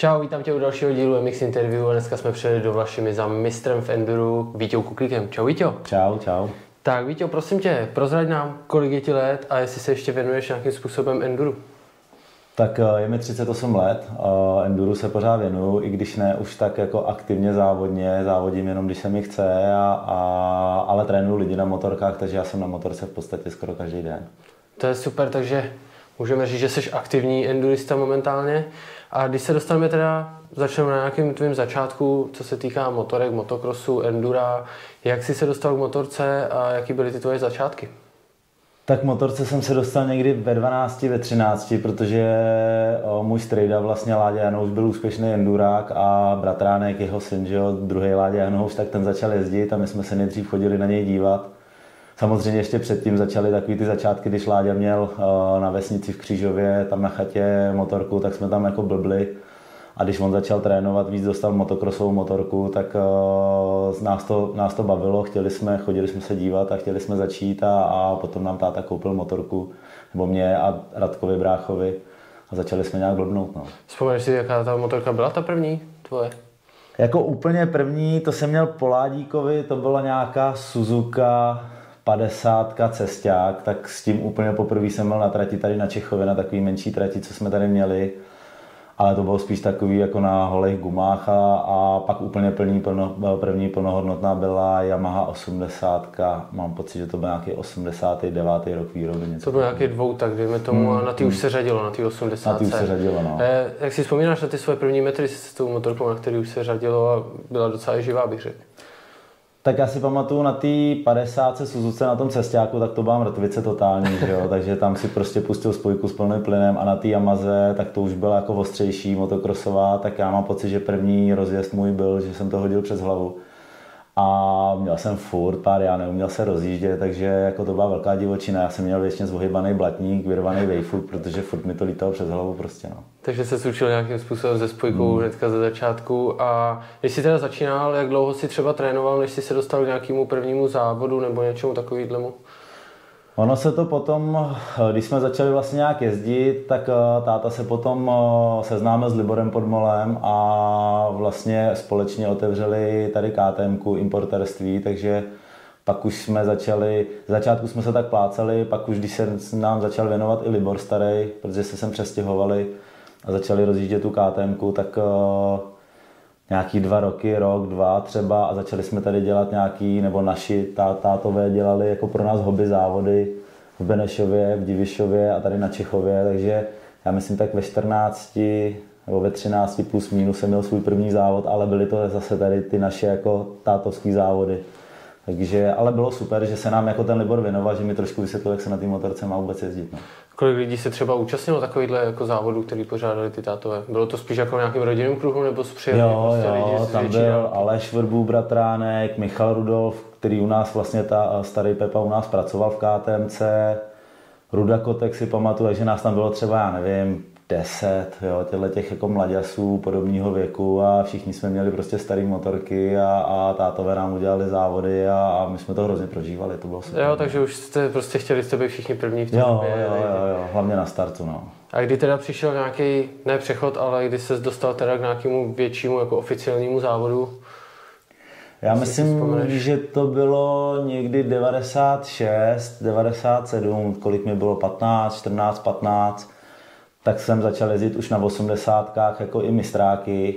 Čau, vítám tě u dalšího dílu MX Interview a dneska jsme přijeli do Vlašimi za mistrem v enduru Víťou Kuklíkem. Čau Víťo. Čau. Tak Víťo, prosím tě, prozrať nám, kolik je ti let a jestli se ještě věnuješ nějakým způsobem enduru. Tak je mi 38 let, enduru se pořád věnuju, i když ne už tak jako aktivně závodně, závodím jenom když se mi chce, ale trénuju lidi na motorkách, takže já jsem na motorce v podstatě skoro každý den. To je super, takže můžeme říct, že jsi aktivní endurista momentálně. A když se dostaneme začneme na nějakým tvým začátku, co se týká motorek, motokrosu, endura, jak jsi se dostal k motorce a jaký byly ty tvoje začátky? Tak k motorce jsem se dostal někdy ve 12, ve 13, protože můj strejda vlastně Láďa Janouš byl úspěšný endurák a bratránek, jeho syn, že jo, druhý Láďa Janouš, tak ten začal jezdit a my jsme se nejdřív chodili na něj dívat. Samozřejmě ještě předtím začaly takový ty začátky, když Láďa měl na vesnici v Křížově, tam na chatě motorku, tak jsme tam jako blbli. A když on začal trénovat, víc dostal motokrosovou motorku, tak nás to bavilo, chodili jsme se dívat a chtěli jsme začít a potom nám táta koupil motorku, nebo mě a Radkovi bráchovi a začali jsme nějak blbnout. No. Vzpomeneš si, jaká ta motorka byla ta první tvoje? Jako úplně první, to jsem měl po Ládíkovi, to byla nějaká Suzuka 50 cesták, tak s tím úplně poprvé jsem byl na trati tady na Čechově, na takový menší trati, co jsme tady měli. Ale to bylo spíš takový jako na holých gumách a pak úplně první plnohodnotná byla Yamaha 80. Mám pocit, že to byl nějaký 89. rok výroby. To byl nějaký dvoutak, dejme tomu, a na ty už se řadilo, na ty 80. Na ty už se řadilo, no. Jak si vzpomínáš na ty svoje první metry s tou motorkou, na který už se řadilo a byla docela živá, bych řekl? Tak já si pamatuju na té 50 Suzuce na tom cestáku, tak to byla mrtvice totální, že jo? Takže tam si prostě pustil spojku s plným plynem a na té Yamaze, tak to už byla jako ostřejší motokrosová, tak já mám pocit, že první rozjezd můj byl, že jsem to hodil přes hlavu. A měl jsem furt pár, já neuměl se rozjíždět, takže jako to byla velká divočina. Já jsem měl většině zvohybaný blatník, vyrvaný wayfoot, protože furt mi to lítalo přes hlavu prostě, no. Takže se učil nějakým způsobem se spojkou hnedka ze začátku a když jsi teda začínal, jak dlouho jsi třeba trénoval, než jsi se dostal k nějakému prvnímu závodu nebo něčemu takovýhlemu? Ono se to potom, když jsme začali vlastně nějak jezdit, tak táta se potom seznámil s Liborem Podmolem a vlastně společně otevřeli tady KTMku, importerství, takže pak už jsme začali, z začátku jsme se tak plácali, pak už když se nám začal věnovat i Libor starý, protože se sem přestěhovali a začali rozjíždět tu KTMku, tak nějaký 2 roky, rok, 2 třeba a začali jsme tady dělat nějaký, nebo naši tátové dělali jako pro nás hobby závody v Benešově, v Divišově a tady na Čechově, takže já myslím tak ve 14 nebo ve 13 plus minus jsem měl svůj první závod, ale byly to zase tady ty naše jako tátovský závody. Takže, ale bylo super, že se nám jako ten Libor věnoval, že mi trošku vysvětlil, jak se na té motorce má vůbec jezdit. No. Kolik lidí se třeba účastnilo takovýhle jako závodů, který pořádali ty tátové? Bylo to spíš jako nějakým rodinným kruhu nebo přijeli prostě lidi tam byl Aleš Vrbů, bratránek, Michal Rudolf, který u nás vlastně starý Pepa u nás pracoval v KTMC, Ruda Kotek si pamatuju, že nás tam bylo třeba, já nevím, 10, těch jako mlaďasů podobného věku a všichni jsme měli prostě staré motorky a tátové nám udělali závody a my jsme to hrozně prožívali, to bylo super. Jo, takže už jste prostě chtěli jste být všichni první v tom. Jo, hlavně na startu, no. A kdy teda přišel nějaký, ne přechod, ale kdy ses dostal teda k nějakému většímu jako oficiálnímu závodu? Já myslím, že to bylo někdy 96, 97, kolik mi bylo, 15, 14, 15. Tak jsem začal jezdit už na 80 jako i mistráky,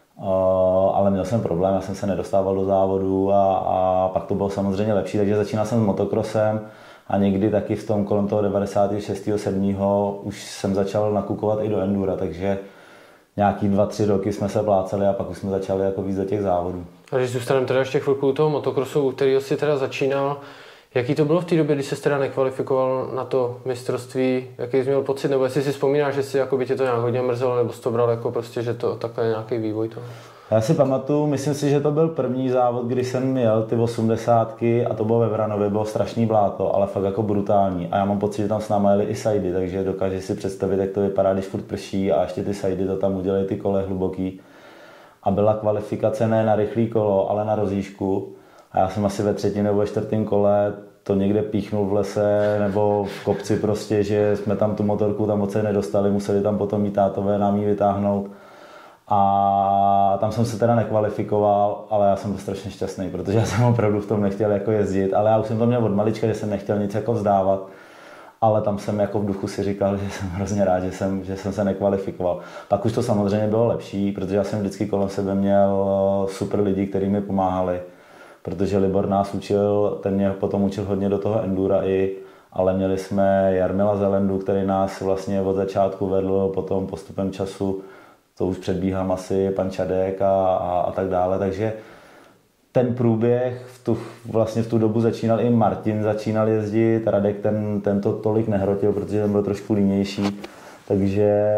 ale měl jsem problém, já jsem se nedostával do závodu a pak to bylo samozřejmě lepší, takže začínal jsem s motokrosem a někdy taky v tom kolem toho 96. 7. už jsem začal nakukovat i do endura, takže nějaký 2-3 roky jsme se plácali a pak už jsme začali jako víc do těch závodů. A když zůstaneme teda ještě chvilku u toho motokrosu, u kterého jsi teda začínal, jaký to bylo v té době, když jsi teda nekvalifikoval na to mistrovství, jaký jsi měl pocit, nebo jestli si vzpomínáš, že si jako by tě to nějak hodně mrzelo, nebo jsi to bral jako prostě, že to takhle je nějaký vývoj toho? Já si pamatuju, myslím si, že to byl první závod, kdy jsem měl ty 80 a to bylo ve Vranově, bylo strašný bláto, ale fakt jako brutální. A já mám pocit, že tam s náma jeli i sajdy, takže dokážeš si představit, jak to vypadá, když furt prší a ještě ty sajdy to tam udělají ty kole hluboký. A byla kvalifikace ne na rychlý kolo, ale na rozjížďku. A já jsem asi ve 3. nebo ve 4. kole to někde píchnul v lese nebo v kopci prostě, že jsme tam tu motorku tam moc nedostali, museli tam potom mít tátové nám ji vytáhnout. A tam jsem se teda nekvalifikoval, ale já jsem byl strašně šťastný, protože já jsem opravdu v tom nechtěl jako jezdit, ale já už jsem to měl od malička, že jsem nechtěl nic jako vzdávat. Ale tam jsem jako v duchu si říkal, že jsem hrozně rád, že jsem se nekvalifikoval. Pak už to samozřejmě bylo lepší, protože já jsem vždycky kolem sebe měl super lidi, kteří mi pomáhali. Protože Libor nás učil, ten mě potom učil hodně do toho endura ale měli jsme Jarmila Zelendu, který nás vlastně od začátku vedl, potom postupem času, to už předbíhám asi, pan Čadek a tak dále. Takže ten průběh vlastně v tu dobu začínal i Martin, začínal jezdit, Radek ten to tolik nehrotil, protože ten byl trošku línější, takže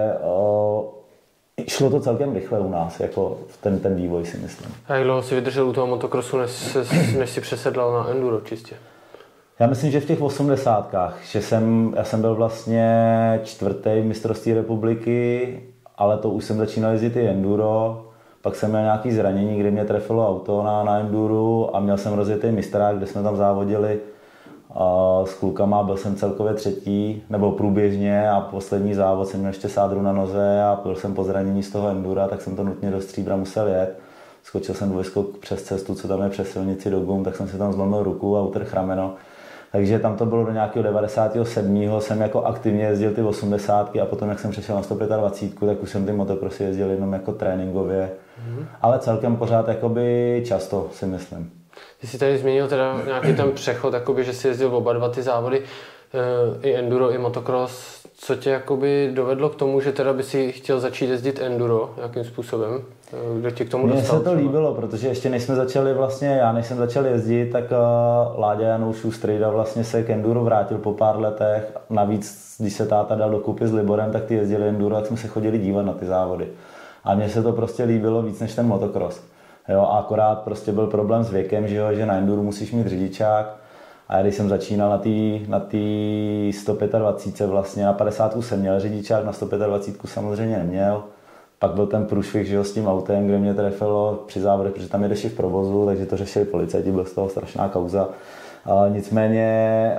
šlo to celkem rychle u nás, jako ten vývoj si myslím. A jak dlouho jsi vydržel u toho motokrosu, než si přesedlal na enduro čistě? Já myslím, že v těch 80kách, já jsem byl vlastně 4. v mistrovství republiky, ale to už jsem začínal jezdit i enduro. Pak jsem měl nějaké zranění, kdy mě trefilo auto na enduru a měl jsem rozjetý mistrák, kde jsme tam závodili s klukama, byl jsem celkově 3. nebo průběžně a poslední závod jsem měl ještě sádru na noze a byl jsem po zranění z toho endura, tak jsem to nutně do Stříbra musel jet. Skočil jsem dvojskok přes cestu, co tam je přes silnici do gum, tak jsem si tam zlomil ruku a utrhl rameno. Takže tam to bylo do nějakého 97. jsem jako aktivně jezdil ty 80 a potom, jak jsem přešel na 125, tak už jsem ty motokrosy jezdil jenom jako tréninkově. Ale celkem pořád jakoby často, si myslím. Ty jsi tady změnil teda nějaký ten přechod, jakoby, že jsi jezdil oba dva ty závody, i enduro, i motocross. Co tě jakoby dovedlo k tomu, že teda by si chtěl začít jezdit enduro, jakým způsobem? Kdo tě k tomu dostal? Mně se to líbilo, protože ještě než jsme začali než jsem začal jezdit, tak Láďa Janouš Šustrejda vlastně se k enduro vrátil po pár letech. Navíc, když se táta dal dokupy s Liborem, tak ty jezdili enduro, tak jsme se chodili dívat na ty závody. A mně se to prostě líbilo víc než ten motocross. Jo, a akorát prostě byl problém s věkem, že na enduro musíš mít řidičák. A když jsem začínal na té 125 vlastně, na 50 jsem měl řidičák, na 125 samozřejmě neměl. Pak byl ten průšvih, že s tím autem, kde mě trefilo při závodech, protože tam jedeš i v provozu, takže to řešili policajti, byl z toho strašná kauza. Nicméně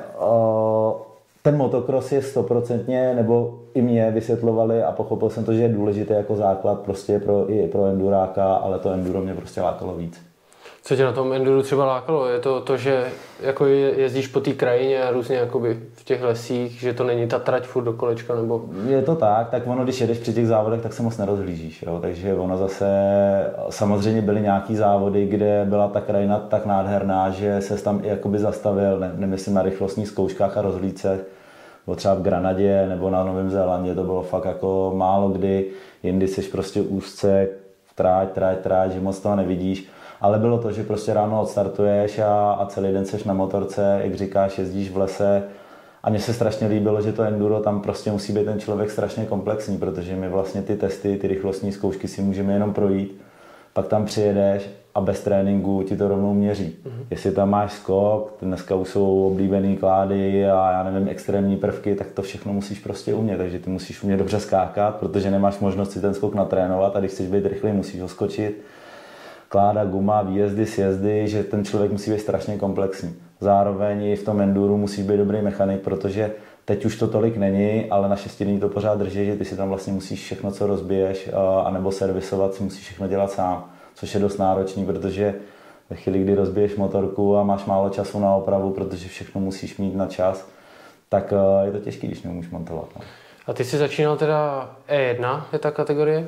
ten motocross je 100%, nebo i mě vysvětlovali a pochopil jsem to, že je důležité jako základ prostě i pro enduráka, ale to enduro mě prostě lákalo víc. Co tě na tom enduru třeba lákalo? Je to, že jako jezdíš po té krajině a různě jakoby v těch lesích, že to není ta trať furt do kolečka, nebo... Je to tak ono, když jedeš při těch závodech, tak se moc nerozhlížíš, jo? Takže ono zase, samozřejmě byly nějaký závody, kde byla ta krajina tak nádherná, že ses tam i jakoby zastavil, nemyslím na rychlostních zkouškách a rozhlídce, nebo třeba v Granadě nebo na Novém Zélandě, to bylo fakt jako málo kdy, jindy seš prostě úzce, tráť, že moc toho nevidíš. Ale bylo to, že prostě ráno odstartuješ a celý den seš na motorce, jak říkáš, jezdíš v lese. A mně se strašně líbilo, že to enduro, tam prostě musí být ten člověk strašně komplexní, protože my vlastně ty testy, ty rychlostní zkoušky si můžeme jenom projít. Pak tam přijedeš a bez tréninku ti to rovnou měří. Jestli tam máš skok, dneska už jsou oblíbený klády a já nevím, extrémní prvky, tak to všechno musíš prostě umět. Takže ty musíš umět dobře skákat, protože nemáš možnost si ten skok natrénovat a když chceš být rychlý, musíš ho skočit. Kláda, guma, výjezdy, sjezdy, že ten člověk musí být strašně komplexní. Zároveň i v tom enduru musí být dobrý mechanik, protože teď už to tolik není, ale na šestirní to pořád drží, že ty si tam vlastně musíš všechno, co rozbiješ, anebo servisovat, si musíš všechno dělat sám, což je dost náročný, protože ve chvíli, kdy rozbiješ motorku a máš málo času na opravu, protože všechno musíš mít na čas, tak je to těžké, když neumíš montovat. No. A ty jsi začínal teda E1, je ta kategorie?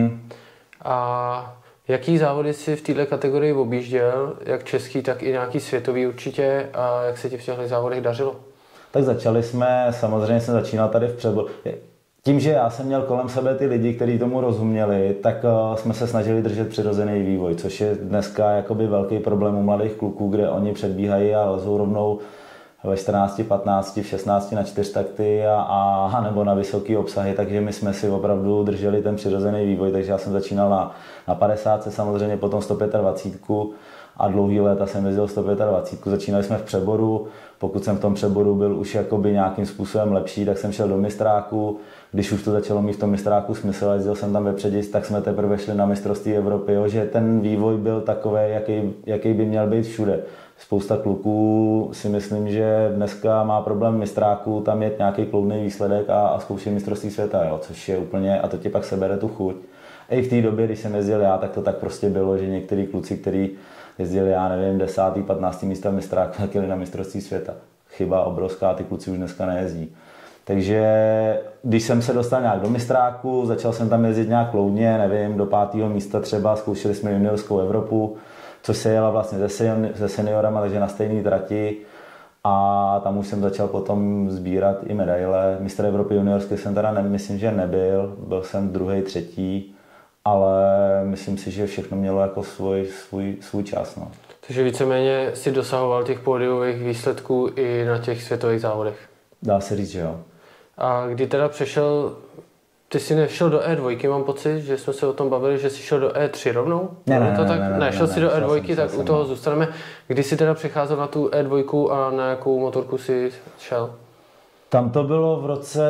A jaký závody jsi v této kategorii objížděl, jak český, tak i nějaký světový určitě, a jak se ti v těchto závodech dařilo? Tak samozřejmě jsem začínal tady v Přeboru. Tím, že já jsem měl kolem sebe ty lidi, kteří tomu rozuměli, tak jsme se snažili držet přirozený vývoj, což je dneska jakoby velký problém u mladých kluků, kde oni předbíhají a lezou rovnou ve 14, 15, v 16 na 4takty a nebo na vysoký obsahy, takže my jsme si opravdu drželi ten přirozený vývoj, takže já jsem začínal na 50, samozřejmě potom 125 a dlouhý léta jsem jezdil 125. Začínali jsme v Přeboru, pokud jsem v tom Přeboru byl už jakoby nějakým způsobem lepší, tak jsem šel do mistráku. Když už to začalo mít v tom mistráku smysl a jezdil jsem tam vepředě, tak jsme teprve šli na mistrovství Evropy, jo, že ten vývoj byl takový, jaký by měl být všude. Spousta kluků si myslím, že dneska má problém v mistráku, tam je nějaký kloudný výsledek a zkoušet mistrovství světa, jo, což je úplně, a to ti pak sebere tu chuť. i v té době, když jsem jezdil já, tak to tak prostě bylo, že některý kluci, kteří jezdili, já nevím, 10., 15. místa v mistráku, tak jeli na mistrovství světa. Chyba obrovská, ty kluci už dneska nejezdí. Takže když jsem se dostal nějak do mistráku, začal jsem tam jezdit nějak kloudně, nevím, do 5. místa třeba, zkoušeli jsme juniorskou Evropu, což se jela vlastně se seniorama, takže na stejné trati. A tam už jsem začal potom sbírat i medaile. Mistr Evropy juniorský jsem teda myslím, že nebyl, byl jsem 2., 3., ale myslím si, že všechno mělo jako svůj čas. No. Takže víceméně si dosahoval těch pódiových výsledků i na těch světových závodech. Dá se říct, že jo. A kdy teda přešel, ty jsi nešel do E2, mám pocit, že jsme se o tom bavili, že jsi šel do E3 rovnou? Ne, šel jsi do E2, tak u toho zůstaneme. Kdy jsi teda přecházel na tu E2 a na jakou motorku jsi šel? Tam to bylo v roce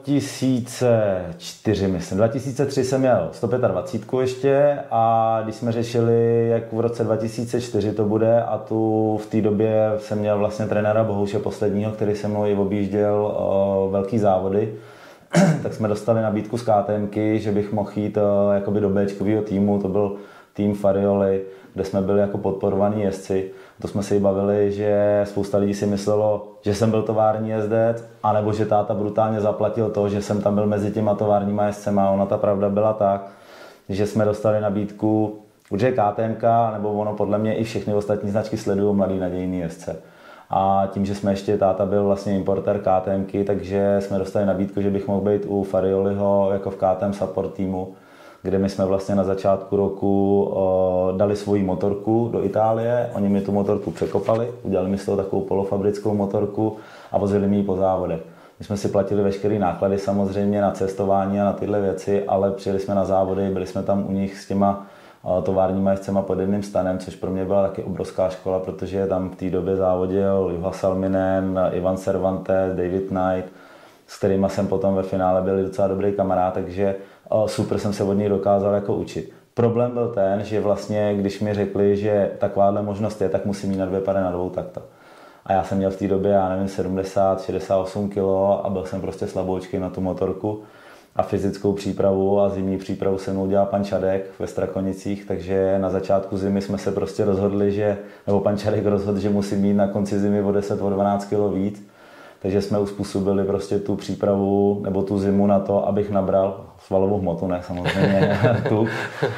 2004, myslím. 2003 jsem měl 125 ještě a když jsme řešili, jak v roce 2004 to bude a tu v té době jsem měl vlastně trenéra Bohouše posledního, který se mnou i objížděl velký závody, tak jsme dostali nabídku z KTMky, že bych mohl jít jakoby do Bčkového týmu, to byl tým Farioli, kde jsme byli jako podporovaní jezdci. To jsme si i bavili, že spousta lidí si myslelo, že jsem byl tovární jezdec, anebo že táta brutálně zaplatil to, že jsem tam byl mezi těma továrníma jezdcema. Ona ta pravda byla tak, že jsme dostali nabídku, určitě KTMK, nebo ono podle mě i všechny ostatní značky sledují mladý nadějný jezdce. A tím, že jsme ještě, táta byl vlastně importér KTMky, takže jsme dostali nabídku, že bych mohl být u Farioliho jako v KTM support týmu, kde my jsme vlastně na začátku roku dali svoji motorku do Itálie, oni mi tu motorku překopali, udělali mi z toho takovou polofabrickou motorku a vozili mi ji po závodech. My jsme si platili veškeré náklady samozřejmě na cestování a na tyhle věci, ale přijeli jsme na závody, byli jsme tam u nich s těma továrníma jezdcema pod jedným stanem, což pro mě byla taky obrovská škola, protože tam v té době závodil Juha Salminen, Ivan Cervantes, David Knight, s kterými jsem potom ve finále byl docela dobrý kamarád, takže super jsem se od nich dokázal jako učit. Problém byl ten, že vlastně, když mi řekli, že takováhle možnost je, tak musím jít na 2 pady na 2 takta. A já jsem měl v té době, já nevím, 70-68 kg a byl jsem prostě slaboučký na tu motorku. A fyzickou přípravu a zimní přípravu se mnou dělal pan Čadek ve Strakonicích, takže na začátku zimy jsme se prostě rozhodli, nebo pan Čadek rozhodl, že musím mít na konci zimy o 10-12 kg víc. Takže jsme uspůsobili prostě tu přípravu nebo tu zimu na to, abych nabral svalovou hmotu, ne samozřejmě tuk.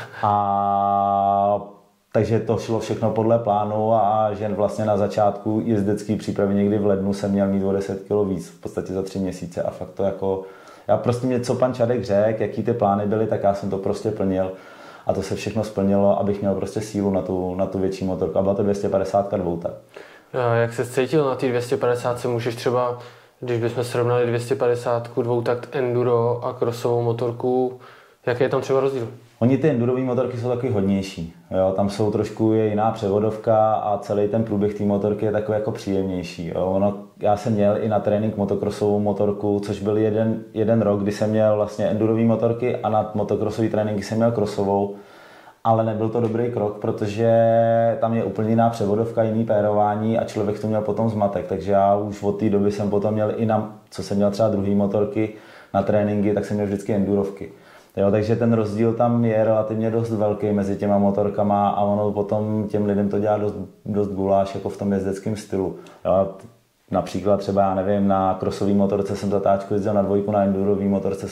A takže to šlo všechno podle plánu a že vlastně na začátku jezdecké přípravy někdy v lednu jsem měl mít o 10 kg víc, v podstatě za 3 měsíce a fakt to jako, já prostě mě, co pan Čadek řekl, jaký ty plány byly, tak já jsem to prostě plnil a to se všechno splnilo, abych měl prostě sílu na tu větší motorku a byla to 250 dvoutak. Jak se cítil na té 250, můžeš třeba, když bychom srovnali 250 dvoutakt enduro a crossovou motorku, jaký je tam třeba rozdíl? Oni ty endurové motorky jsou taky hodnější, jo? Tam jsou trošku je jiná převodovka a celý ten průběh té motorky je takový jako příjemnější. Jo? Já jsem měl i na trénink motocrossovou motorku, což byl jeden rok, kdy jsem měl vlastně endurové motorky a na motocrossové tréninky jsem měl crossovou. Ale nebyl to dobrý krok, protože tam je úplně jiná převodovka, jiný pérování a člověk to měl potom zmatek. Takže já už od té doby jsem potom měl i co jsem měl třeba druhý motorky na tréninky, tak jsem měl vždycky endurovky. Jo, takže ten rozdíl tam je relativně dost velký mezi těma motorkama a ono potom těm lidem to dělá dost guláš jako v tom jezdeckém stylu. Jo, například třeba, já nevím, na crossové motorce jsem zatáčku jezdil na 2, na endurové motorce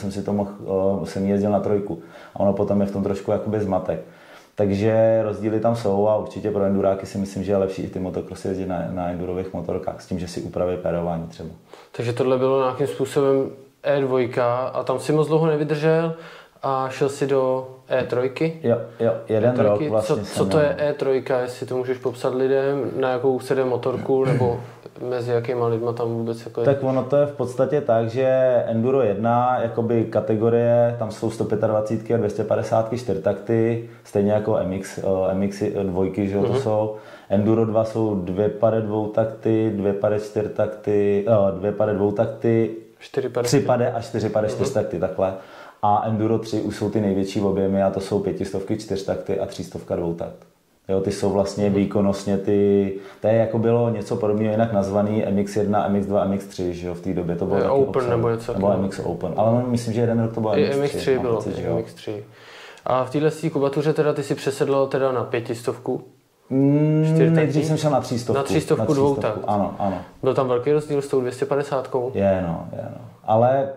jsem jezdil na 3 a ono potom je v tom trošku jakoby zmatek. Takže rozdíly tam jsou a určitě pro enduráky si myslím, že je lepší i ty motokrosy jezdit na endurových motorkách s tím, že si upraví pérování třeba. Takže tohle bylo nějakým způsobem E2 a tam si moc dlouho nevydržel a šel si do E3? Jo, jeden E3. Rok vlastně. Co to je E3, jestli to můžeš popsat lidem, na jakou se jde motorku nebo mezi jakýma lidma tam vůbec jako je? Tak ono to je v podstatě tak, že Enduro 1, jakoby kategorie, tam jsou 125 a 250 čtyřtakty, stejně jako MX 2, že to jsou. Enduro 2 jsou 2 pady dvoutakty, 2 pady čtyřtakty, 2 pady dvoutakty, 3 pady a 4 pady čtyřtakty, takhle. A Enduro 3 už jsou ty největší objemy a to jsou 500 čtyřtakty a 300 dvoutakt. Jo, ty jsou vlastně výkonnostně to je jako bylo něco podobného jinak nazvaný MX1, MX2, MX3, že jo, v té době to bylo Open nebo něco. Nebo MX Open, ale myslím, že jeden rok to bylo MX3 bylo, MX3. A v téhle kubatuře teda ty si přesedl teda na 500? Nejdřív jsem šel na 300. Na 300 dvoutakt. Ano, ano. Byl tam velký rozdíl s tou 250? Je no. Ale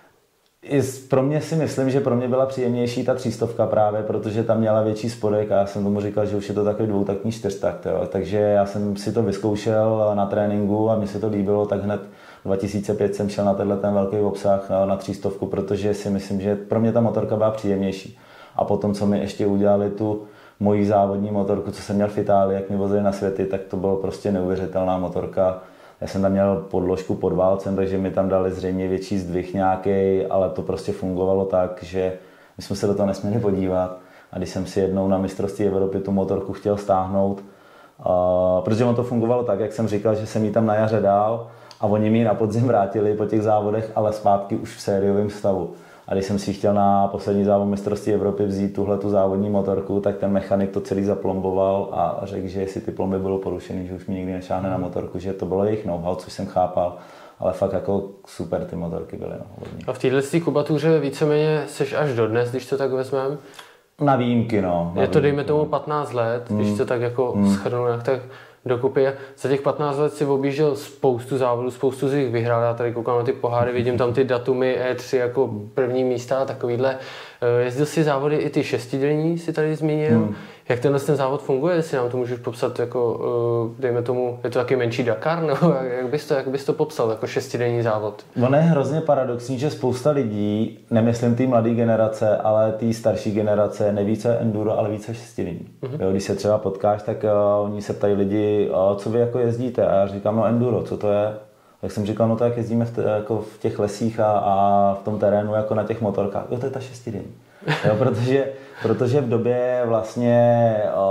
pro mě si myslím, že pro mě byla příjemnější ta 300 právě, protože tam měla větší spodek a já jsem tomu říkal, že už je to takový dvoutaktní čtyřtakt. Jo. Takže já jsem si to vyzkoušel na tréninku a mně se to líbilo, tak hned 2005 jsem šel na ten velký obsah na 300, protože si myslím, že pro mě ta motorka byla příjemnější. A potom, co mi ještě udělali tu moji závodní motorku, co jsem měl v Itálii, jak mi vozili na světy, tak to bylo prostě neuvěřitelná motorka. Já jsem tam měl podložku pod válcem, takže mi tam dali zřejmě větší zdvih nějaký, ale to prostě fungovalo tak, že my jsme se do toho nesměli podívat. A když jsem si jednou na mistrovství Evropy tu motorku chtěl stáhnout, protože on to fungovalo tak, jak jsem říkal, že jsem ji tam na jaře dal a oni mi ji na podzim vrátili po těch závodech, ale zpátky už v sériovém stavu. A když jsem si chtěl na poslední závod mistrovství Evropy vzít tu závodní motorku, tak ten mechanik to celý zaplomboval a řekl, že jestli ty plomby budou porušený, že už mi nikdy nešáhne na motorku, že to bylo jejich know-how, což jsem chápal. Ale fakt jako super ty motorky byly. A v téhle kubatuře víceméně seš až dodnes, když to tak vezmeme? Na výjimky, no. Je to, dejme tomu, 15 let, když to tak jako shrnu, jak tak dokupy. Za těch 15 let si objížděl spoustu závodů, spoustu z nich vyhrál. Já tady koukám na ty poháry, vidím tam ty datumy E3 jako první místa a takovýhle. Jezdil si závody i ty šestidenní, si tady zmínil. Jak ten závod funguje, jestli nám to můžeš popsat, jako, dejme tomu, je to taky menší Dakar, nebo jak bys to popsal, jako šestidenní závod? Ono je hrozně paradoxní, že spousta lidí, nemyslím té mladé generace, ale té starší generace, nevíce enduro, ale více šestidenní. Jo, když se třeba potkáš, tak oni se ptají lidi, co vy jako jezdíte? A já říkám, no enduro, co to je? Tak jsem říkal, no to jak jezdíme jako v těch lesích a v tom terénu, jako na těch motorkách. Jo, to je ta šestidenní. Jo, protože v době vlastně,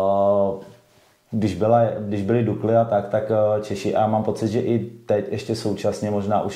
když byly Dukly a tak Češi, a mám pocit, že i teď ještě současně,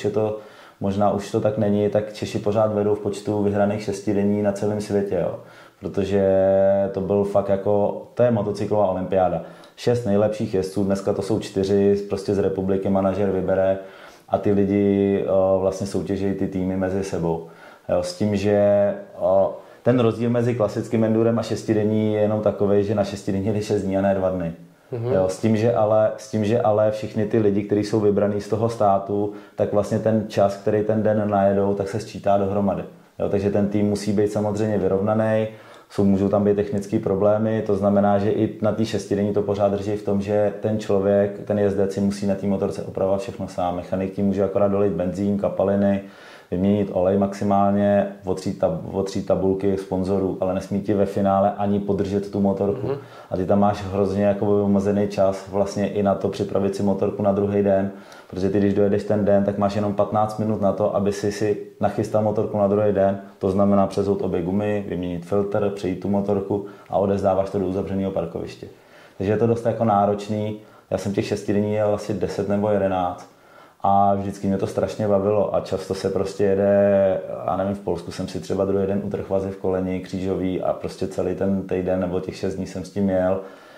možná už to tak není, tak Češi pořád vedou v počtu vyhraných šestidenní na celém světě, jo. Protože to byl fakt jako, to je motocyklová olympiáda. 6 nejlepších jezdců, dneska to jsou 4, prostě z republiky manažer vybere a ty lidi vlastně soutěží ty týmy mezi sebou. Jo, s tím, že ten rozdíl mezi klasickým endurem a šestidenní je jenom takový, že na šestidenní jde 6 dní a ne 2 dny. Jo, s tím, že ale všichni ty lidi, kteří jsou vybraní z toho státu, tak vlastně ten čas, který ten den najedou, tak se sčítá dohromady. Jo, takže ten tým musí být samozřejmě vyrovnaný, můžou tam být technické problémy, to znamená, že i na té šestidenní to pořád drží v tom, že ten člověk, ten jezdec si musí na té motorce opravovat všechno sám. Mechanik tím může akorát dolít benzín, kapaliny, vyměnit olej maximálně, otřít tabulky sponzorů, ale nesmí ti ve finále ani podržet tu motorku. A ty tam máš hrozně jako omezený čas vlastně i na to připravit si motorku na druhý den, protože ty, když dojedeš ten den, tak máš jenom 15 minut na to, aby si nachystal motorku na druhý den. To znamená přezout obě gumy, vyměnit filtr, přejít tu motorku a odezdáváš to do uzavřeného parkoviště. Takže je to dost jako náročný. Já jsem těch šestidenní jel asi 10 nebo 11. A vždycky mě to strašně bavilo a často se prostě jede, já nevím, v Polsku jsem si třeba druhý den utrhl vazy v koleni, křížový a prostě celý ten týden nebo těch 6 dní jsem s tím jel.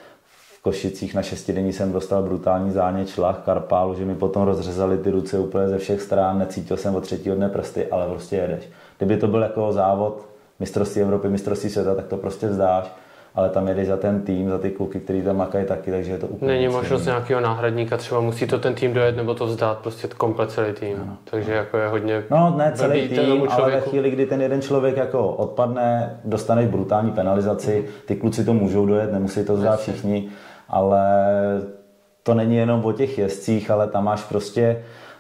V Košicích na šestidenní jsem dostal brutální zánět, šlach, karpálu, že mi potom rozřezali ty ruce úplně ze všech stran, necítil jsem od 3. dne prsty, ale prostě jedeš. Kdyby to byl jako závod mistrovství Evropy, mistrovství světa, tak to prostě vzdáš. Ale tam jedeš za ten tým, za ty kluky, který tam makají taky, takže je to úplně... Není možnost nějakého náhradníka, třeba musí to ten tým dojet, nebo to vzdát, prostě komplet celý tým. Ano. Takže jako je hodně... No ne celý tým, ale ve chvíli, kdy ten jeden člověk jako odpadne, dostaneš brutální penalizaci, ty kluci to můžou dojet, nemusí to vzdát všichni, ale to není jenom o těch jezdcích, ale tam máš prostě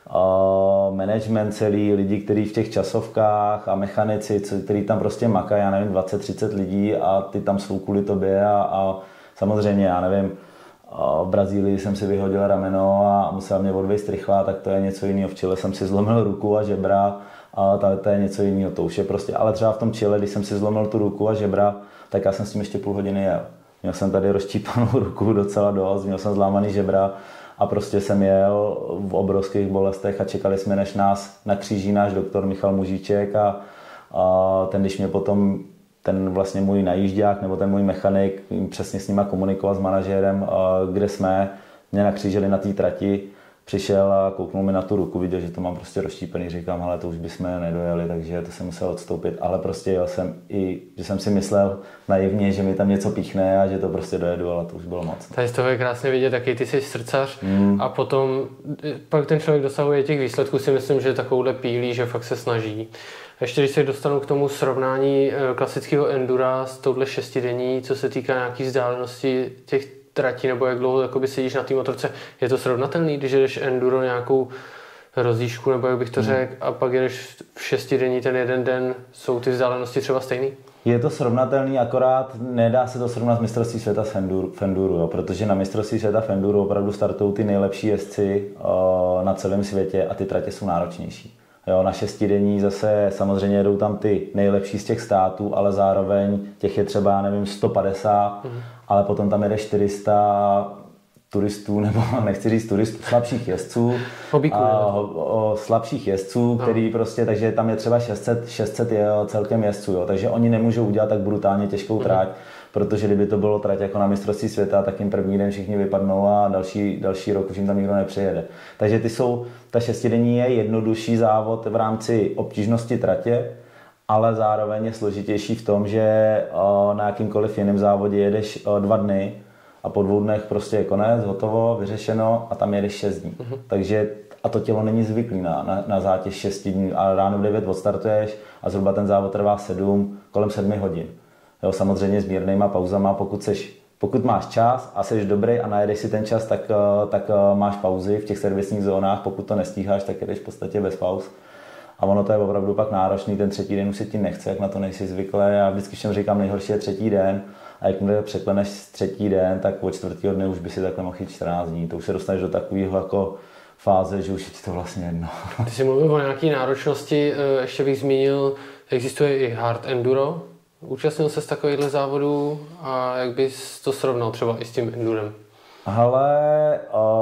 management celý, lidi, kteří v těch časovkách a mechanici, kteří tam prostě makají, já nevím, 20-30 lidí a ty tam jsou kvůli tobě a samozřejmě, já nevím, v Brazílii jsem si vyhodil rameno a musel mě odvést rychlá, tak to je něco jiného. V Chile jsem si zlomil ruku a žebra a to je něco jiného, to už je prostě, ale třeba v tom Chile, když jsem si zlomil tu ruku a žebra, tak já jsem s tím ještě půl hodiny jel. Měl jsem tady rozštípanou ruku docela dost, měl jsem zlámaný žebra, a prostě jsem jel v obrovských bolestech a čekali jsme, než nás nakříží náš doktor Michal Mužíček a ten, když mě potom ten vlastně můj najížďák nebo ten můj mechanik přesně s nima komunikoval s manažérem, kde jsme, mě nakřížili na té trati, přišel a kouknul mi na tu ruku, viděl, že to mám prostě rozštípený, říkám, hele, to už bychom nedojeli, takže to jsem musel odstoupit, ale prostě jel jsem i, že jsem si myslel naivně, že mi tam něco píchne a že to prostě dojedu, ale to už bylo moc. Tady z toho je krásně vidět, jaký ty jsi srdcař a potom pak ten člověk dosahuje těch výsledků, si myslím, že takovouhle pílí, že fakt se snaží. Ještě když se dostanu k tomu srovnání klasického endura s touhle šestidenní, co se týká nějaký vzdálenosti těch tratí, nebo jak dlouho jakoby sedíš na té motorce, je to srovnatelný, když jedeš enduro nějakou rozdížku, nebo jak bych to řekl, a pak jedeš v šestidenní ten jeden den, jsou ty vzdálenosti třeba stejný? Je to srovnatelný, akorát nedá se to srovnat s mistrovství světa v enduru, jo, protože na mistrovství světa v enduru opravdu startují ty nejlepší jezdci na celém světě a ty tratě jsou náročnější. Jo, na šestidenní zase samozřejmě jedou tam ty nejlepší z těch států, ale zároveň těch je třeba, nevím, 150, ale potom tam jede 400 turistů, nebo nechci říct turistů, slabších jezdců. Slabších jezdců, který prostě, takže tam je třeba 600 je celkem jezdců, jo, takže oni nemůžou udělat tak brutálně těžkou trať, protože kdyby to bylo trať jako na mistrovství světa, tak jim první den všichni vypadnou a další rok už jim tam nikdo nepřijede. Takže ta šestidenní je jednodušší závod v rámci obtížnosti tratě, ale zároveň je složitější v tom, že na jakýmkoliv jiném závodě jedeš 2 dny a po 2 dnech prostě je konec, hotovo, vyřešeno a tam jedeš 6 dní. Takže a to tělo není zvyklý na zátěž 6 dní, ale ráno v 9 odstartuješ a zhruba ten závod trvá kolem 7 hodin. Jo, samozřejmě s mírnýma pauzama, pokud máš čas a jsi dobrý a najedeš si ten čas, tak máš pauzy v těch servisních zónách, pokud to nestíháš, tak jedeš v podstatě bez pauz. A ono to je opravdu pak náročný, ten třetí den už se ti nechce, jak na to nejsi zvyklý. Já vždycky všem říkám, nejhorší je třetí den a jakmile překleneš třetí den, tak od 4. dne už by si takhle mohl jít 14 dní. To už se dostaneš do takového jako fáze, že už je ti to vlastně jedno. Ty jsi mluvil o nějaké náročnosti, ještě bych zmínil, existuje i hard enduro. Účastnil se z takovýchhle závodů a jak bys to srovnal třeba i s tím endurem? Ale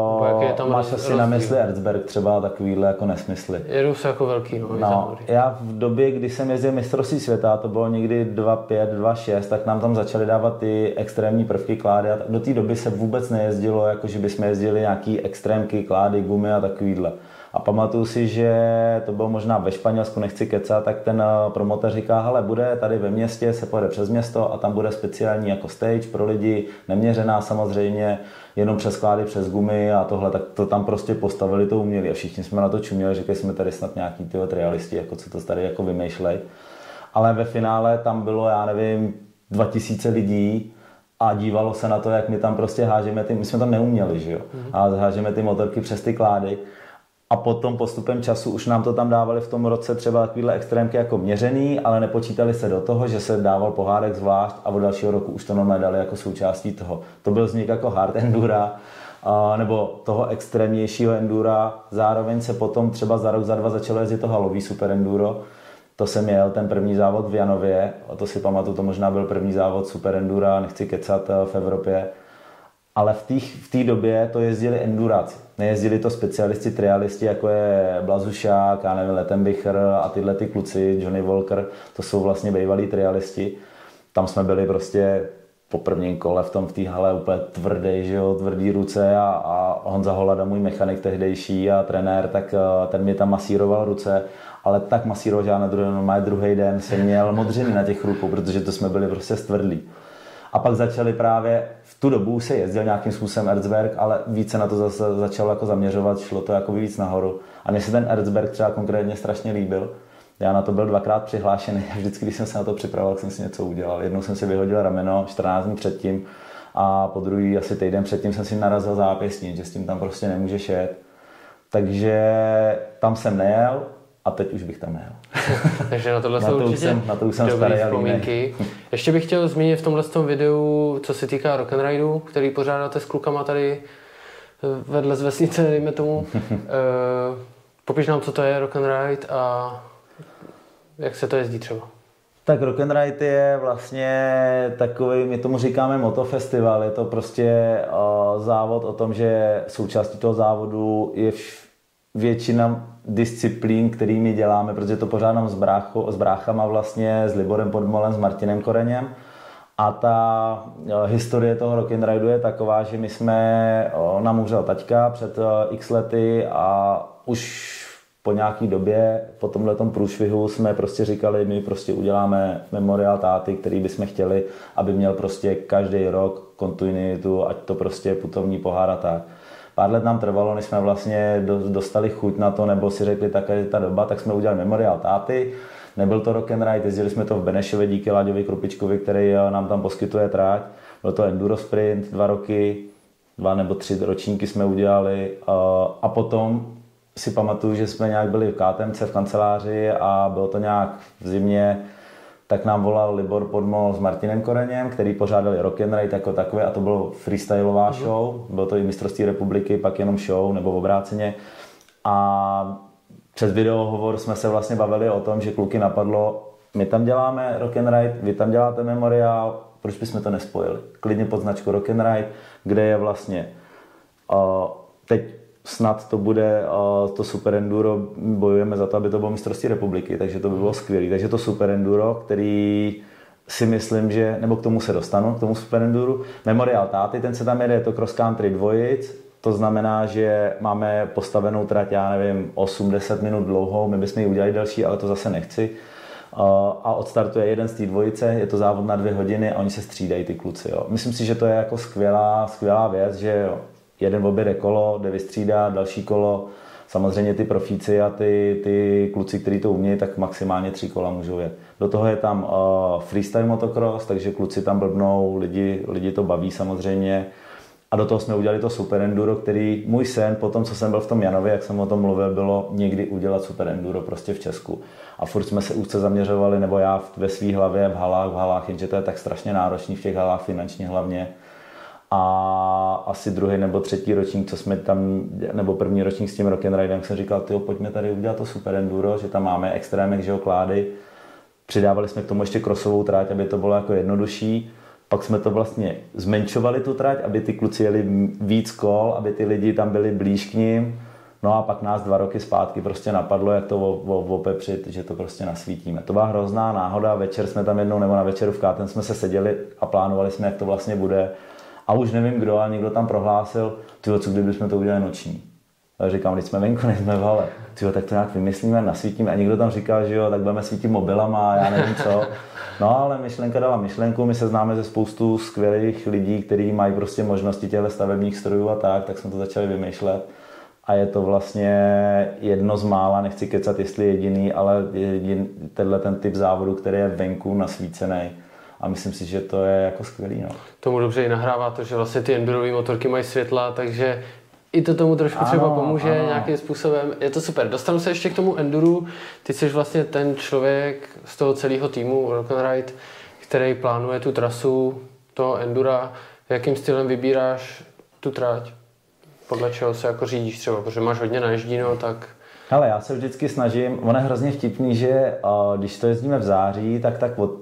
máš asi na mysli Erzberg třeba takovýhle jako nesmysly. Jedou se jako velký závody. Já v době, kdy jsem jezdil mistrovství světa, to bylo někdy 2.5, 2.6, tak nám tam začaly dávat ty extrémní prvky klády a do té doby se vůbec nejezdilo, jako že bychom jezdili nějaký extrémky, klády, gumy a takovýhle. A pamatuju si, že to bylo možná ve Španělsku, nechci kecat, tak ten promotor říká, hele, bude tady ve městě, se pojede přes město a tam bude speciální jako stage pro lidi, neměřená samozřejmě, jenom přes klády, přes gumy a tohle, tak to tam prostě postavili, to uměli a všichni jsme na to čuměli, říkali jsme tady snad nějaký trialisti, jako co to tady jako vymýšlej. Ale ve finále tam bylo, já nevím, 2000 lidí a dívalo se na to, jak my tam prostě hážeme my jsme to neuměli, že jo, a hážeme ty motorky přes ty klády. A potom postupem času už nám to tam dávali v tom roce třeba takovýhle extrémky jako měřený, ale nepočítali se do toho, že se dával pohádek zvlášť a od dalšího roku už to normálně dali jako součástí toho. To byl vznik jako hard endura, nebo toho extrémnějšího endura. Zároveň se potom třeba za rok, za 2 začalo jezdit to halový super enduro. To jsem jel, ten první závod v Janově, a to si pamatuju, to možná byl první závod super endura, nechci kecat, v Evropě. Ale v té době to jezdili enduráci. Nejezdili to specialisti, trialisti, jako je Blazušák, já nevím, Lettenbicher a tyhle ty kluci, Johnny Walker, to jsou vlastně bývalí trialisti. Tam jsme byli prostě po prvním kole v té hale úplně tvrdý, že jo, tvrdý ruce a Honza Holada, můj mechanik tehdejší a trenér, tak ten mi tam masíroval ruce, ale tak masíroval, že já na druhý den jsem měl modřiny na těch rukou, protože to jsme byli prostě stvrdlí. A pak začali právě, v tu dobu se jezdil nějakým způsobem Erzberg, ale více na to zase začalo jako zaměřovat, šlo to jako víc nahoru. A mně se ten Erzberg třeba konkrétně strašně líbil. Já na to byl 2krát přihlášený, vždycky, když jsem se na to připravoval, jsem si něco udělal. Jednou jsem si vyhodil rameno 14 dní předtím a po druhý asi týden předtím jsem si narazil zápěstí, že s tím tam prostě nemůžeš jet. Takže tam jsem nejel. A teď už bych tam nejel. Takže na tohle jsou určitě dobrý vzpomínky. Ještě bych chtěl zmínit v tomhle videu, co se týká Rock'n'Rideu, který pořádáte s klukama tady vedle z vesnice, dejme tomu. Popiš nám, co to je Rock'n'Ride a jak se to jezdí třeba. Tak Rock'n'Ride je vlastně takový, my tomu říkáme motofestival, je to prostě závod o tom, že součástí toho závodu je většina disciplín, kterými děláme, protože to pořádám s bráchama vlastně, s Liborem Podmolem, s Martinem Koreněm A ta historie toho Rock'n'Ridu je taková, že my jsme, nám umřel taťka před x lety a už po nějaký době, po tomhletom průšvihu jsme prostě říkali, my prostě uděláme memoriál táty, který bychom chtěli, aby měl prostě každý rok kontinuitu, ať to prostě putovní pohár a tak. Pár let nám trvalo, než jsme vlastně dostali chuť na to, nebo si řekli, tak je ta doba, tak jsme udělali memoriál táty. Nebyl to Rock'n'Ride, jezdili jsme to v Benešově díky Láďovi Krupičkovi, který nám tam poskytuje trať. Byl to enduro sprint, 2 roky, 2 nebo 3 ročníky jsme udělali a potom si pamatuju, že jsme nějak byli v KTMC v kanceláři a bylo to nějak v zimě, tak nám volal Libor Podmol s Martinem Koreněm, který pořádali Rock'n'Ride jako takové a to bylo freestyleová show, bylo to i mistrovství republiky, pak jenom show nebo obráceně a přes videohovor jsme se vlastně bavili o tom, že kluky napadlo, my tam děláme Rock'n'Ride, vy tam děláte memoriál, proč bychom to nespojili? Klidně pod značku Rock'n'Ride, kde je vlastně teď snad to bude to Super Enduro, bojujeme za to, aby to bylo mistrovství republiky, takže to by bylo skvělé. Takže to Super Enduro, který si myslím, že, nebo k tomu se dostanu, k tomu Super Enduru. Memoriál táty, ten se tam jede, je to cross country dvojic, to znamená, že máme postavenou trať, já nevím, 8-10 minut dlouhou, my bychom ji udělali další, ale to zase nechci. A odstartuje jeden z té dvojice, je to závod na 2 hodiny a oni se střídají ty kluci. Jo. Myslím si, že to je jako skvělá věc, že jo, jeden objede kolo, jde vystřídat, další kolo, samozřejmě ty profíci a ty kluci, kteří to umějí, tak maximálně 3 kola můžou jet. Do toho je tam freestyle motocross, takže kluci tam blbnou, lidi to baví samozřejmě. A do toho jsme udělali to Super Enduro, který můj sen, po tom, co jsem byl v tom Janově, jak jsem o tom mluvil, bylo někdy udělat Super Enduro prostě v Česku. A furt jsme se úzce zaměřovali, nebo já ve své hlavě v halách, jenže to je tak strašně náročný v těch halách finančně hlavně. A asi 2. nebo 3. ročník, co jsme tam, nebo 1. ročník s tím Rock'n'Ridem, jsem říkal, tyjo, pojďme tady udělat to Super Enduro, že tam máme extrémek, že jo, klády. Přidávali jsme k tomu ještě crossovou trať, aby to bylo jako jednodušší. Pak jsme to vlastně zmenšovali tu trať, aby ty kluci jeli víc kol, aby ty lidi tam byli blíž k ním. No a pak nás 2 roky zpátky prostě napadlo, jak to opepřit, že to prostě nasvítíme. To byla hrozná náhoda, večer jsme tam jednou, nebo na večeru v Káten jsme se seděli a plánovali jsme, jak to vlastně bude. A už nevím kdo, ale někdo tam prohlásil, tyjo, co kdybychom to udělali noční. A říkám, když jsme venku, nejsme v hale. Tyjo, tak to nějak vymyslíme, nasvítíme. A někdo tam říkal, že jo, tak budeme svítit mobilama a já nevím co. No ale myšlenka dala myšlenku, my se známe ze spoustu skvělých lidí, kteří mají prostě možnosti těchto stavebních strojů a tak jsme to začali vymýšlet. A je to vlastně jedno z mála, nechci kecat, jestli jediný, ale tenhle ten typ závodu, který je venku nasvícený. A myslím si, že to je jako skvělý. No. Tomu dobře i nahrává to, že vlastně ty endurové motorky mají světla, takže i to tomu trošku třeba pomůže nějakým způsobem. Je to super. Dostanu se ještě k tomu enduru. Ty jsi vlastně ten člověk z toho celého týmu Rock'n'Ride, který plánuje tu trasu toho endura. Jakým stylem vybíráš tu trať? Podle čeho se jako řídíš třeba? Protože máš hodně naježděno, tak... Ale já se vždycky snažím, ono je hrozně vtipný, že když to jezdíme v září, tak od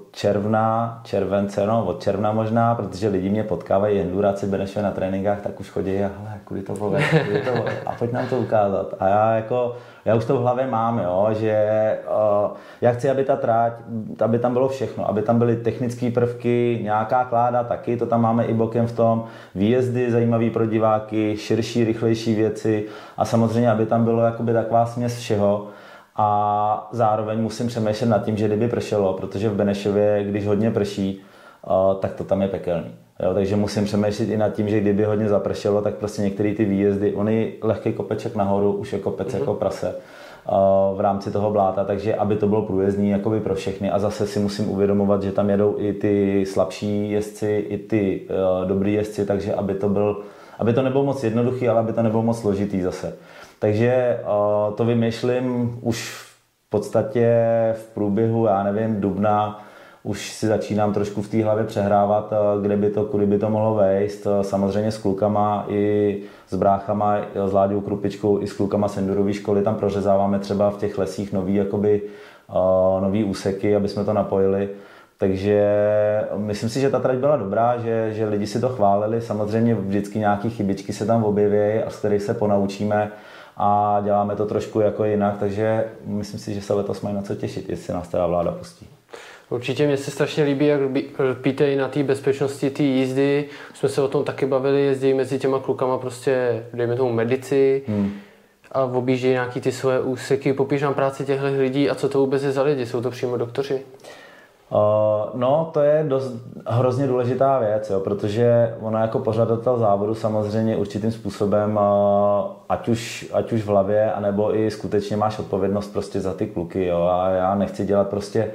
června možná, protože lidi mě potkávají enduráci Benešově na tréninkách, tak už chodí a hele, kudy to povede, a pojď nám to ukázat. A já už to v hlavě mám, jo, že já chci, aby ta trať, aby tam bylo všechno, aby tam byly technické prvky, nějaká kláda taky, to tam máme i bokem v tom, výjezdy zajímavý pro diváky, širší, rychlejší věci a samozřejmě, aby tam bylo jakoby taková směs všeho. A zároveň musím přemýšlet nad tím, že kdyby pršelo, protože v Benešově, když hodně prší, tak to tam je pekelný. Jo, takže musím přemýšlet i nad tím, že kdyby hodně zapršelo, tak prostě některé ty výjezdy, on je lehký kopeček nahoru, už je kopec jako prase v rámci toho bláta, takže aby to bylo průjezdný jakoby pro všechny a zase si musím uvědomovat, že tam jedou i ty slabší jezdci, i ty dobrý jezdci, takže aby to nebylo moc jednoduchý, ale aby to nebylo moc složitý zase. Takže to vymýšlím už v podstatě v průběhu, já nevím, dubna, už si začínám trošku v té hlavě přehrávat, kudy by to mohlo vést. Samozřejmě s klukama i s bráchama, s Láďou Krupičkou i s klukama z endurové školy tam prořezáváme třeba v těch lesích nový úseky, aby jsme to napojili. Takže myslím si, že ta trať byla dobrá, že lidi si to chválili. Samozřejmě vždycky nějaké chybičky se tam objeví a z kterých se ponaučíme a děláme to trošku jako jinak, takže myslím si, že se letos mají na co těšit, jestli nás teda vláda pustí. Určitě mě se strašně líbí, jak lpíte i na té bezpečnosti té jízdy. Už jsme se o tom taky bavili, jezdí mezi těma klukama prostě, dejme tomu medici a objíždějí nějaký ty svoje úseky. Popíš nám práci těchto lidí a co to vůbec je za lidi? Jsou to přímo doktoři? No, to je hrozně důležitá věc, jo, protože ono jako pořadatel závodu samozřejmě určitým způsobem, ať už v hlavě, anebo i skutečně máš odpovědnost prostě za ty kluky, jo, a já nechci dělat prostě,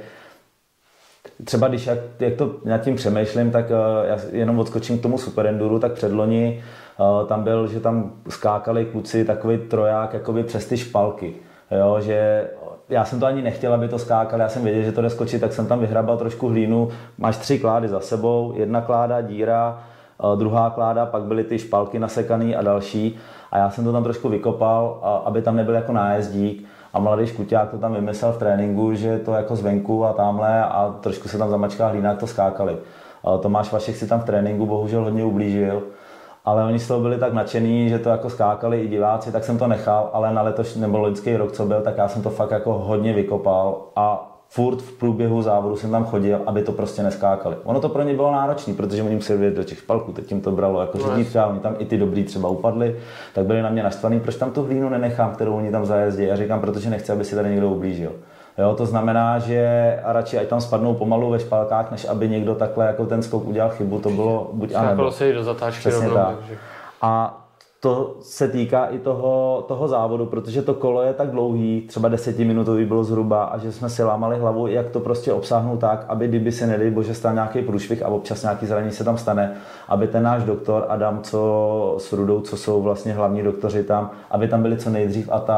třeba když jak to nad tím přemýšlím, tak já jenom odskočím k tomu superenduru, tak předloni tam byl, že tam skákali kluci takový troják jakoby přes ty špalky, jo, že já jsem to ani nechtěl, aby to skákal, já jsem věděl, že to jde skočit, tak jsem tam vyhrabal trošku hlínu. Máš 3 klády za sebou, 1 kláda, díra, druhá kláda, pak byly ty špalky nasekaný a další. A já jsem to tam trošku vykopal, aby tam nebyl jako nájezdík. A mladý škuťák to tam vymyslel v tréninku, že to jako zvenku a tamhle a trošku se tam zamačká hlína, jak to skákali. Tomáš Vašek si tam v tréninku bohužel hodně ublížil. Ale oni z toho byli tak nadšení, že to jako skákali i diváci, tak jsem to nechal, ale na letošní nebo loňský rok, co byl, tak já jsem to fakt jako hodně vykopal a furt v průběhu závodu jsem tam chodil, aby to prostě neskákali. Ono to pro ně bylo náročné, protože oni museli vyjet do těch špalků, teď jim to bralo jako řidítka, oni tam i ty dobrý třeba upadli, tak byli na mě naštvaný, proč tam tu hlínu nenechám, kterou oni tam zajezdí. Já říkám, protože nechci, aby si tady někdo ublížil. Jo, to znamená, že a radši ať tam spadnou pomalu ve špalkách, než aby někdo takhle jako ten skok udělal chybu, to bylo buď a nebo. Skákalo se i do zatáčky rovnou. Takže. A to se týká i toho závodu, protože to kolo je tak dlouhý, třeba 10minutový bylo zhruba, a že jsme si lámali hlavu, jak to prostě obsáhnout tak, aby kdyby se nedej bože stal nějaký průšvih a občas nějaký zranění se tam stane, aby ten náš doktor Adam s Rudou, co jsou vlastně hlavní doktoři tam, aby tam byli co nejdřív a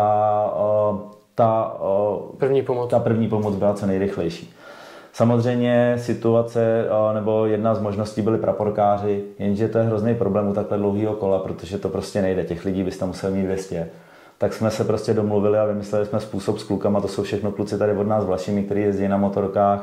ta první pomoc byla co nejrychlejší. Samozřejmě situace, nebo jedna z možností byli praporkáři, jenže to je hrozný problém u takhle dlouhého kola, protože to prostě nejde, těch lidí byste museli mít 200. Tak jsme se prostě domluvili a vymysleli jsme způsob s klukama, to jsou všechno kluci tady od nás Vlašimi, kteří jezdí na motorkách,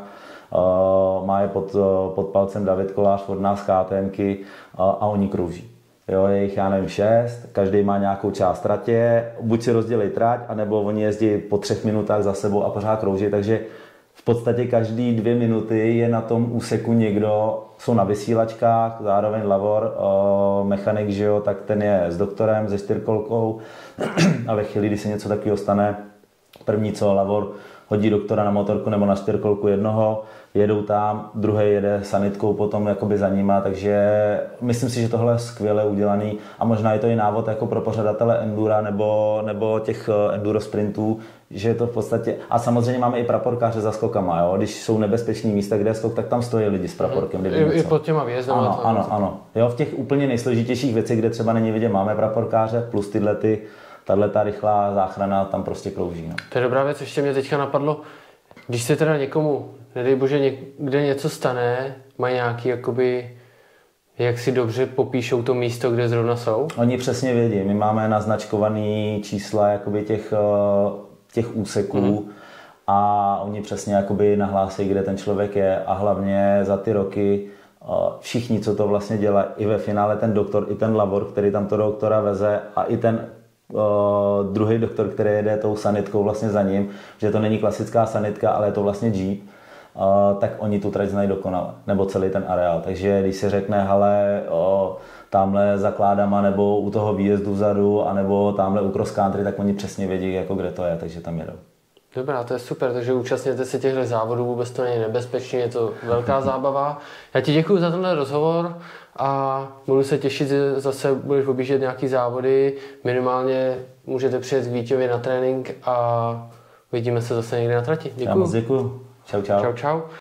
má je pod palcem David Kolář od nás KTMky a oni krouží. Jo, je jich, já nevím, 6, každý má nějakou část tratě, buď si rozdělí trať, anebo oni jezdí po 3 minutách za sebou a pořád krouží, takže v podstatě každý 2 minuty je na tom úseku někdo, jsou na vysílačkách, zároveň Lavor, mechanik, že jo, tak ten je s doktorem, se 4kolkou, ale chvíli, když se něco takového stane, první co, Lavor hodí doktora na motorku nebo na 4kolku jednoho, jedou tam, druhý jede sanitkou potom jakoby za nima, takže myslím si, že tohle je skvěle udělaný a možná je to i návod jako pro pořadatele endura nebo těch enduro sprintů, že je to v podstatě, a samozřejmě máme i praporkáře za skokama, jo? Když jsou nebezpečný místa, kde je skok, tak tam stojí lidi s praporkem. I pod těma výjezdama. Ano. Jo, v těch úplně nejsložitějších věcech, kde třeba není vidět, máme praporkáře plus tato rychlá záchrana tam prostě krouží. No. To je dobrá věc, ještě mě teďka napadlo, když se teda někomu, nedej bože, někde něco stane, mají nějaký jakoby, jak si dobře popíšou to místo, kde zrovna jsou? Oni přesně vědí, my máme naznačkovaný čísla jakoby těch úseků a oni přesně jakoby nahlásí, kde ten člověk je a hlavně za ty roky všichni, co to vlastně dělají, i ve finále ten doktor, i ten Lavor, který tam toho doktora veze a i ten druhý doktor, který jede tou sanitkou vlastně za ním, že to není klasická sanitka, ale je to vlastně jeep, tak oni tu trať znají dokonale, nebo celý ten areál. Takže když se řekne, hele, tamhle za kládama, nebo u toho výjezdu vzadu, anebo tamhle u cross country, tak oni přesně vědí, jako kde to je, takže tam jedou. Dobrá, to je super, takže účastněte se těchto závodů, vůbec to není nebezpečné, je to velká zábava. Já ti děkuji za tenhle rozhovor a budu se těšit, že zase budeš objíždět nějaký závody, minimálně můžete přijet k Vítěvi na trénink a vidíme se zase někde na trati. Děkuji. Já moc děkuji. Čau. Čau.